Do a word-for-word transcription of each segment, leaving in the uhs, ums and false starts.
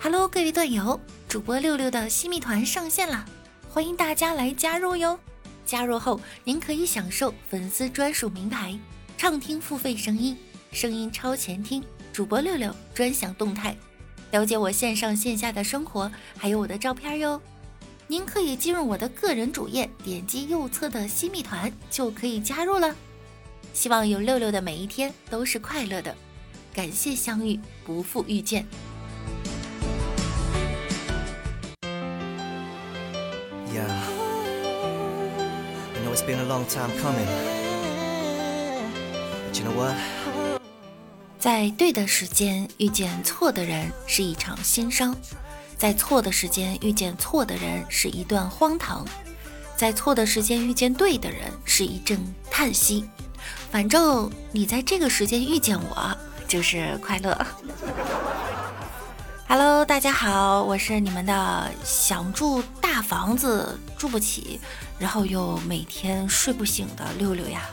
Hello， 各位段友，主播六六的新密团上线了，欢迎大家来加入哟！加入后，您可以享受粉丝专属名牌、畅听付费声音、声音超前听、主播六六专享动态，了解我线上线下的生活，还有我的照片哟。您可以进入我的个人主页，点击右侧的新密团就可以加入了。希望有六六的每一天都是快乐的，感谢相遇，不负遇见。 Yeah, I know it's been a long time coming, but you know what? 在对的时间遇见错的人是一场心伤，在错的时间遇见错的人是一段荒唐，在错的时间遇见对的人是一阵叹息。反正你在这个时间遇见我，就是快乐。Hello， 大家好，我是你们的想住大房子住不起，然后又每天睡不醒的六六呀。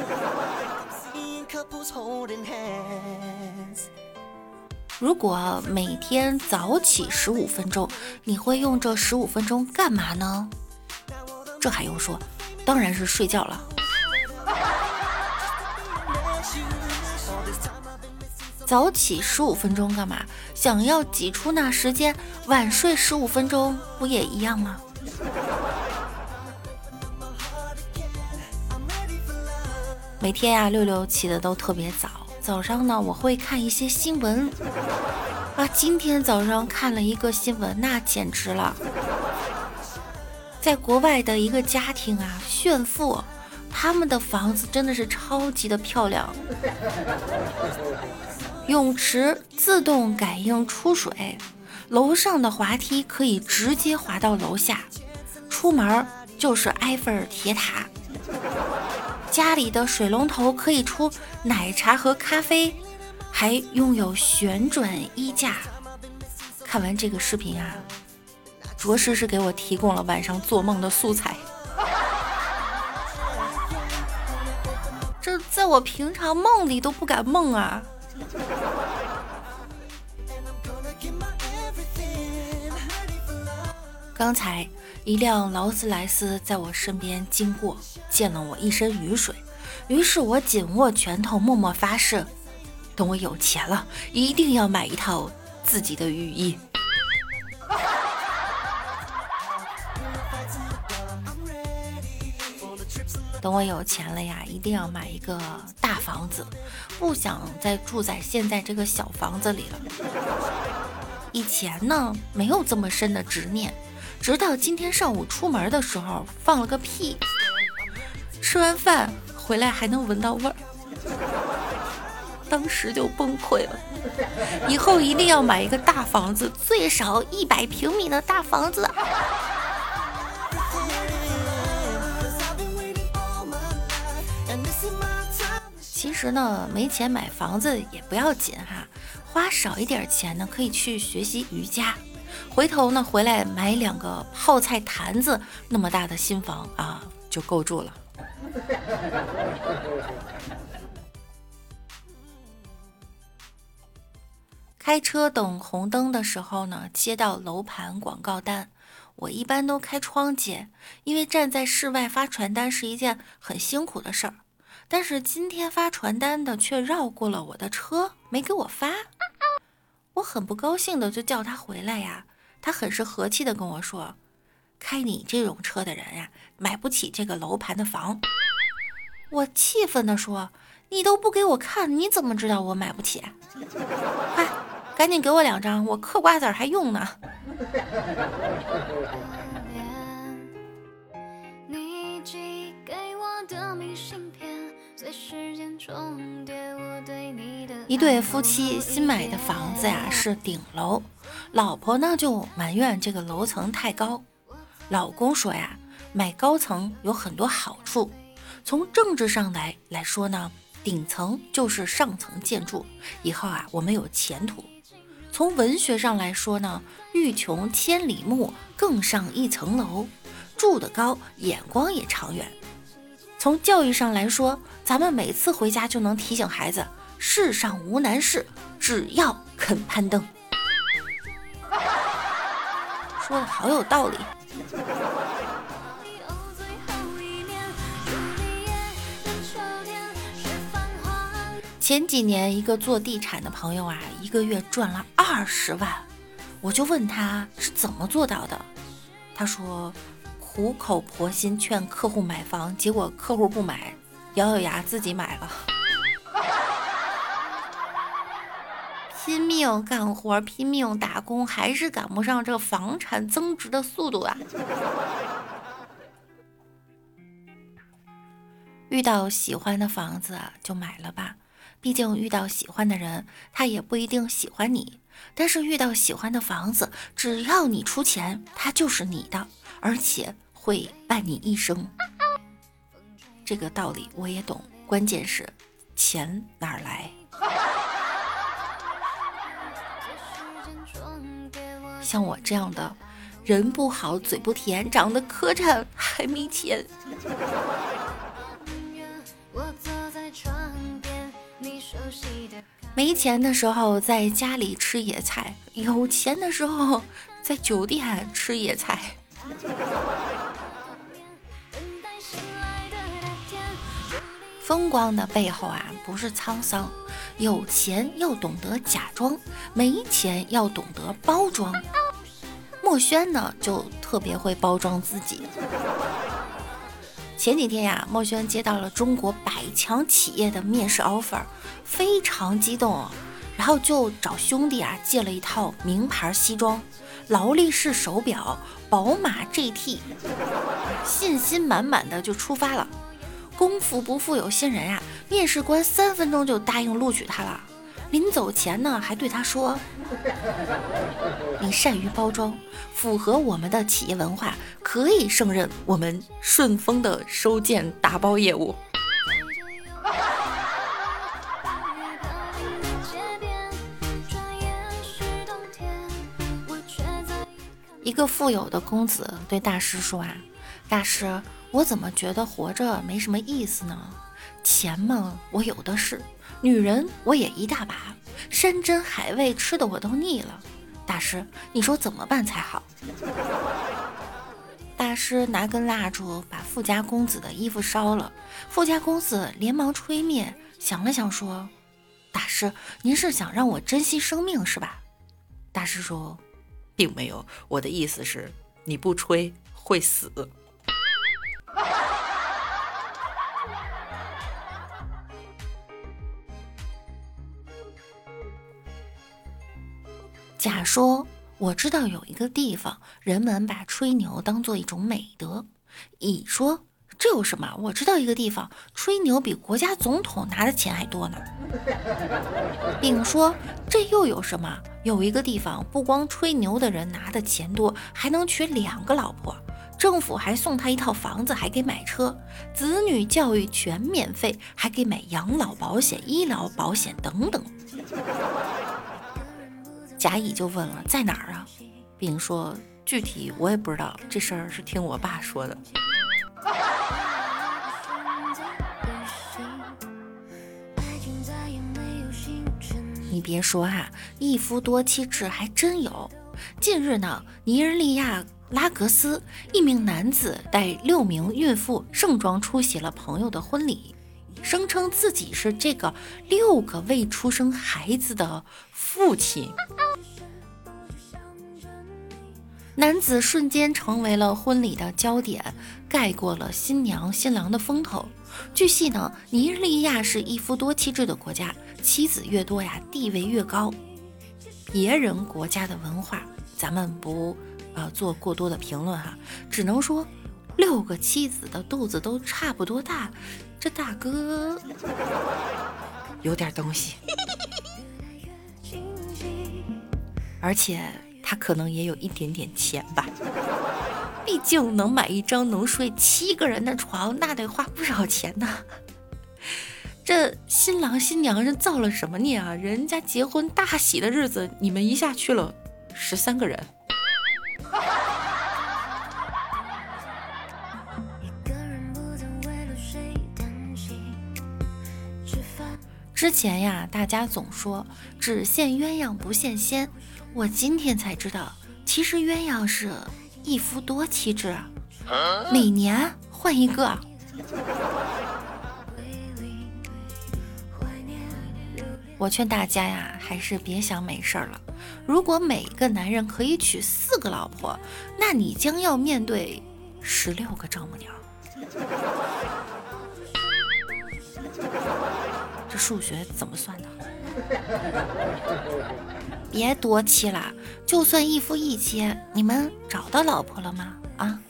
如果每天早起十五分钟，你会用这十五分钟干嘛呢？这还用说，当然是睡觉了。早起十五分钟干嘛？想要挤出那时间，晚睡十五分钟不也一样吗？每天呀、啊，六六起的都特别早。早上呢，我会看一些新闻啊。今天早上看了一个新闻，那简直了。在国外的一个家庭啊，炫富，他们的房子真的是超级的漂亮。泳池自动感应出水，楼上的滑梯可以直接滑到楼下，出门就是埃菲尔铁塔。家里的水龙头可以出奶茶和咖啡，还拥有旋转衣架。看完这个视频啊，着实是给我提供了晚上做梦的素材。这在我平常梦里都不敢梦啊。刚才一辆劳斯莱斯在我身边经过，溅了我一身雨水，于是我紧握拳头，默默发誓，等我有钱了，一定要买一套自己的雨衣。等我有钱了呀，一定要买一个大房子，不想再住在现在这个小房子里了。以前呢，没有这么深的执念，直到今天上午出门的时候放了个屁，吃完饭回来还能闻到味儿，当时就崩溃了。以后一定要买一个大房子，最少一百平米的大房子。其实呢，没钱买房子也不要紧哈，花少一点钱呢，可以去学习瑜伽，回头呢回来买两个泡菜坛子那么大的新房啊，就够住了。开车等红灯的时候呢，接到楼盘广告单，我一般都开窗接，因为站在室外发传单是一件很辛苦的事儿。但是今天发传单的却绕过了我的车，没给我发。我很不高兴的就叫他回来呀，他很是和气的跟我说，开你这种车的人呀，买不起这个楼盘的房。我气愤的说，你都不给我看，你怎么知道我买不起？快，赶紧给我两张，我嗑瓜子还用呢。你寄给我的明信片，一对夫妻新买的房子呀是顶楼，老婆呢就埋怨这个楼层太高。老公说呀，买高层有很多好处，从政治上来来说呢，顶层就是上层建筑，以后啊我们有前途。从文学上来说呢，欲穷千里目，更上一层楼，住得高，眼光也长远。从教育上来说，咱们每次回家就能提醒孩子，世上无难事，只要肯攀登。 说的好有道理。前几年一个做地产的朋友啊，一个月赚了二十万，我就问他是怎么做到的。他说苦口婆心劝客户买房，结果客户不买，咬咬牙自己买了。拼命干活，拼命打工，还是赶不上这房产增值的速度啊！遇到喜欢的房子就买了吧，毕竟遇到喜欢的人，他也不一定喜欢你。但是遇到喜欢的房子，只要你出钱，它就是你的，而且会伴你一生。这个道理我也懂，关键是钱哪儿来？像我这样的人不好嘴不甜，长得可惨还没钱。没钱的时候在家里吃野菜，有钱的时候在酒店吃野菜。风光的背后啊，不是沧桑，有钱要懂得假装，没钱要懂得包装。墨轩呢，就特别会包装自己。前几天呀，墨轩接到了中国百强企业的面试 offer， 非常激动，然后就找兄弟啊借了一套名牌西装、劳力士手表、宝马 G T， 信心满满的就出发了。功夫不负有心人啊，面试官三分钟就答应录取他了。临走前呢，还对他说：“你善于包装，符合我们的企业文化，可以胜任我们顺丰的收件打包业务。”一个富有的公子对大师说啊：“大师，我怎么觉得活着没什么意思呢？钱嘛，我有的是。女人我也一大把，山珍海味吃的我都腻了，大师你说怎么办才好？”大师拿根蜡烛把富家公子的衣服烧了，富家公子连忙吹灭，想了想说：“大师您是想让我珍惜生命是吧？”大师说：“并没有，我的意思是你不吹会死。”甲说：“我知道有一个地方，人们把吹牛当做一种美德。”乙说：“这有什么？我知道一个地方，吹牛比国家总统拿的钱还多呢。”丙说：“这又有什么？有一个地方，不光吹牛的人拿的钱多，还能娶两个老婆，政府还送他一套房子，还给买车，子女教育全免费，还给买养老保险、医疗保险等等。”甲乙就问了：“在哪儿啊？”丙说：“具体我也不知道，这事儿是听我爸说的。”你别说哈，一夫多妻制还真有。近日呢，尼日利亚拉格斯一名男子带六名孕妇盛装出席了朋友的婚礼，声称自己是这个六个未出生孩子的父亲。男子瞬间成为了婚礼的焦点，盖过了新娘新郎的风头。据悉呢，尼日利亚是一夫多妻制的国家，妻子越多呀，地位越高。别人国家的文化，咱们不呃做过多的评论哈，只能说六个妻子的肚子都差不多大，这大哥有点东西，而且他可能也有一点点钱吧，毕竟能买一张能睡七个人的床，那得花不少钱呢。这新郎新娘是造了什么孽啊？人家结婚大喜的日子，你们一下去了十三个人。之前呀，大家总说只羡鸳鸯不羡仙，我今天才知道， 其实鸳鸯是一夫多妻制，每年换一个。我劝大家呀，还是别想没事了。如果每个男人可以娶四个老婆，那你将要面对十六个丈母娘。这数学怎么算的？别多妻了，就算一夫一妻，你们找到老婆了吗？啊？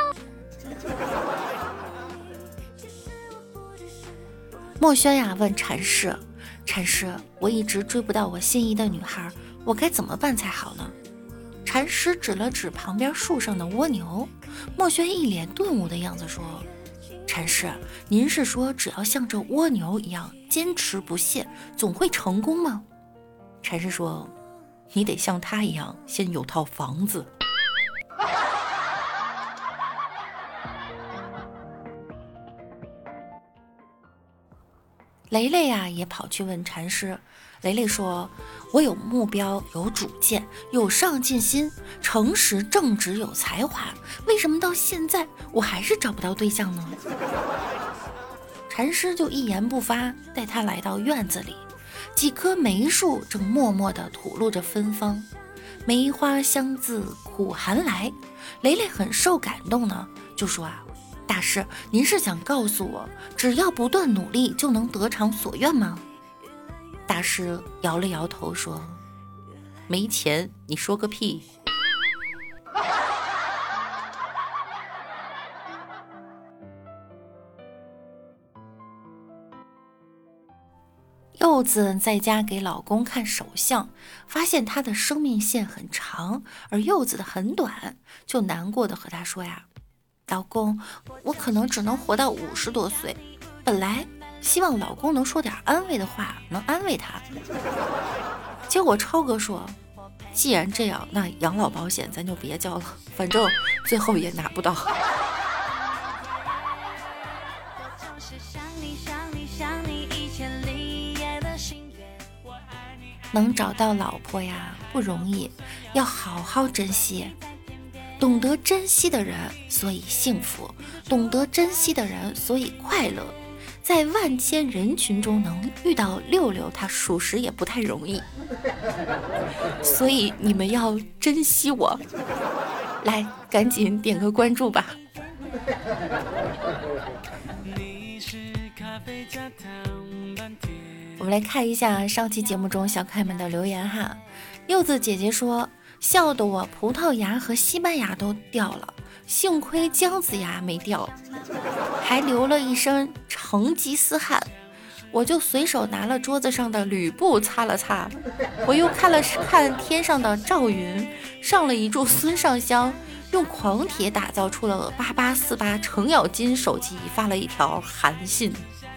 墨轩呀问禅师，禅师，我一直追不到我心仪的女孩，我该怎么办才好呢？禅师指了指旁边树上的蜗牛，墨轩一脸顿悟的样子说，禅师，您是说只要像这蜗牛一样坚持不懈，总会成功吗？禅师说，你得像他一样，先有套房子。雷雷呀、啊、也跑去问禅师，雷雷说，我有目标，有主见，有上进心，诚实正直，有才华，为什么到现在我还是找不到对象呢？禅师就一言不发，带他来到院子里，几棵梅树正默默地吐露着芬芳，梅花香自苦寒来。雷雷很受感动呢，就说啊，大师，您是想告诉我，只要不断努力就能得偿所愿吗？大师摇了摇头说，没钱你说个屁。柚子在家给老公看手相，发现他的生命线很长，而柚子的很短，就难过的和他说呀，老公，我可能只能活到五十多岁。本来希望老公能说点安慰的话，能安慰他。结果超哥说，既然这样，那养老保险咱就别交了，反正最后也拿不到。能找到老婆呀不容易，要好好珍惜。懂得珍惜的人，所以幸福；懂得珍惜的人，所以快乐。在万千人群中能遇到六六，他属实也不太容易。所以你们要珍惜我。来，赶紧点个关注吧。我们来看一下上期节目中小可爱们的留言哈。柚子姐姐说，笑得我葡萄牙和西班牙都掉了，幸亏姜子牙没掉，还流了一身成吉思汗。我就随手拿了桌子上的吕布擦了擦，我又看了看天上的赵云，上了一柱孙尚香，用狂铁打造出了八八四八程咬金手机，发了一条韩信。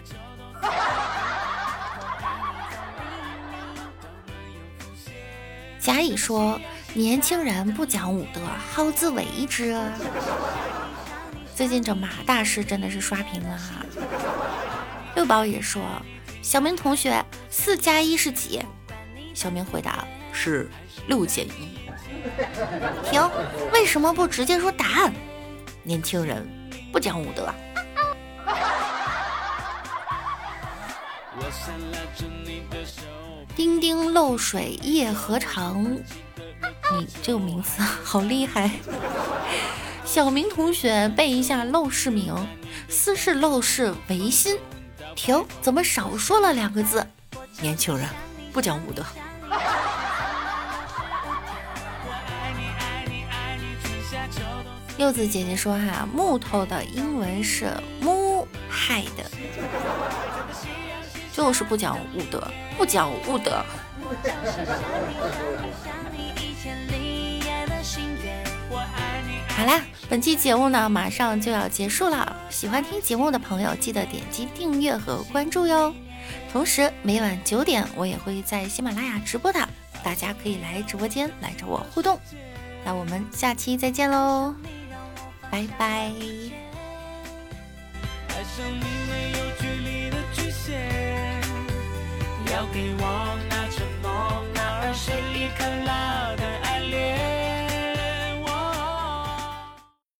甲乙说，年轻人不讲武德，好自为之。最近这马大师真的是刷屏了哈。六宝也说，小明同学，四加一是几？小明回答是六减一。停，为什么不直接说答案？年轻人不讲武德。丁丁漏水夜何长，你这个名字好厉害。小明同学背一下陋室铭，斯是陋室惟新。停，怎么少说了两个字？年轻人不讲武德。柚子姐姐说哈，木头的英文是 moonhide， 就是不讲武德，不讲武德。好啦，本期节目呢马上就要结束了，喜欢听节目的朋友记得点击订阅和关注哟。同时每晚九点我也会在喜马拉雅直播的，大家可以来直播间来找我互动。那我们下期再见喽，拜拜。爱上你没有距离的局限，要给我